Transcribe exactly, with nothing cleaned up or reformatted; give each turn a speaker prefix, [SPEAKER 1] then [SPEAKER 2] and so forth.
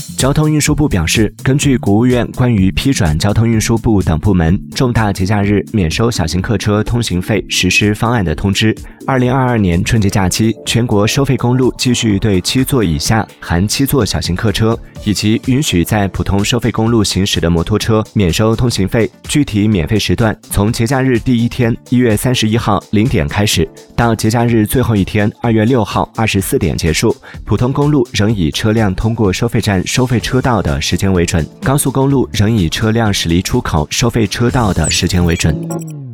[SPEAKER 1] 交通运输部表示，根据国务院关于批转交通运输部等部门重大节假日免收小型客车通行费实施方案的通知，二零二二年春节假期，全国收费公路继续对七座以下含七座小型客车以及允许在普通收费公路行驶的摩托车免收通行费。具体免费时段从节假日第一天一月三十一号零点开始，到节假日最后一天二月六号二十四点结束。普通公路仍以车辆通过收费站收费车道的时间为准，高速公路仍以车辆驶离出口收费车道的时间为准。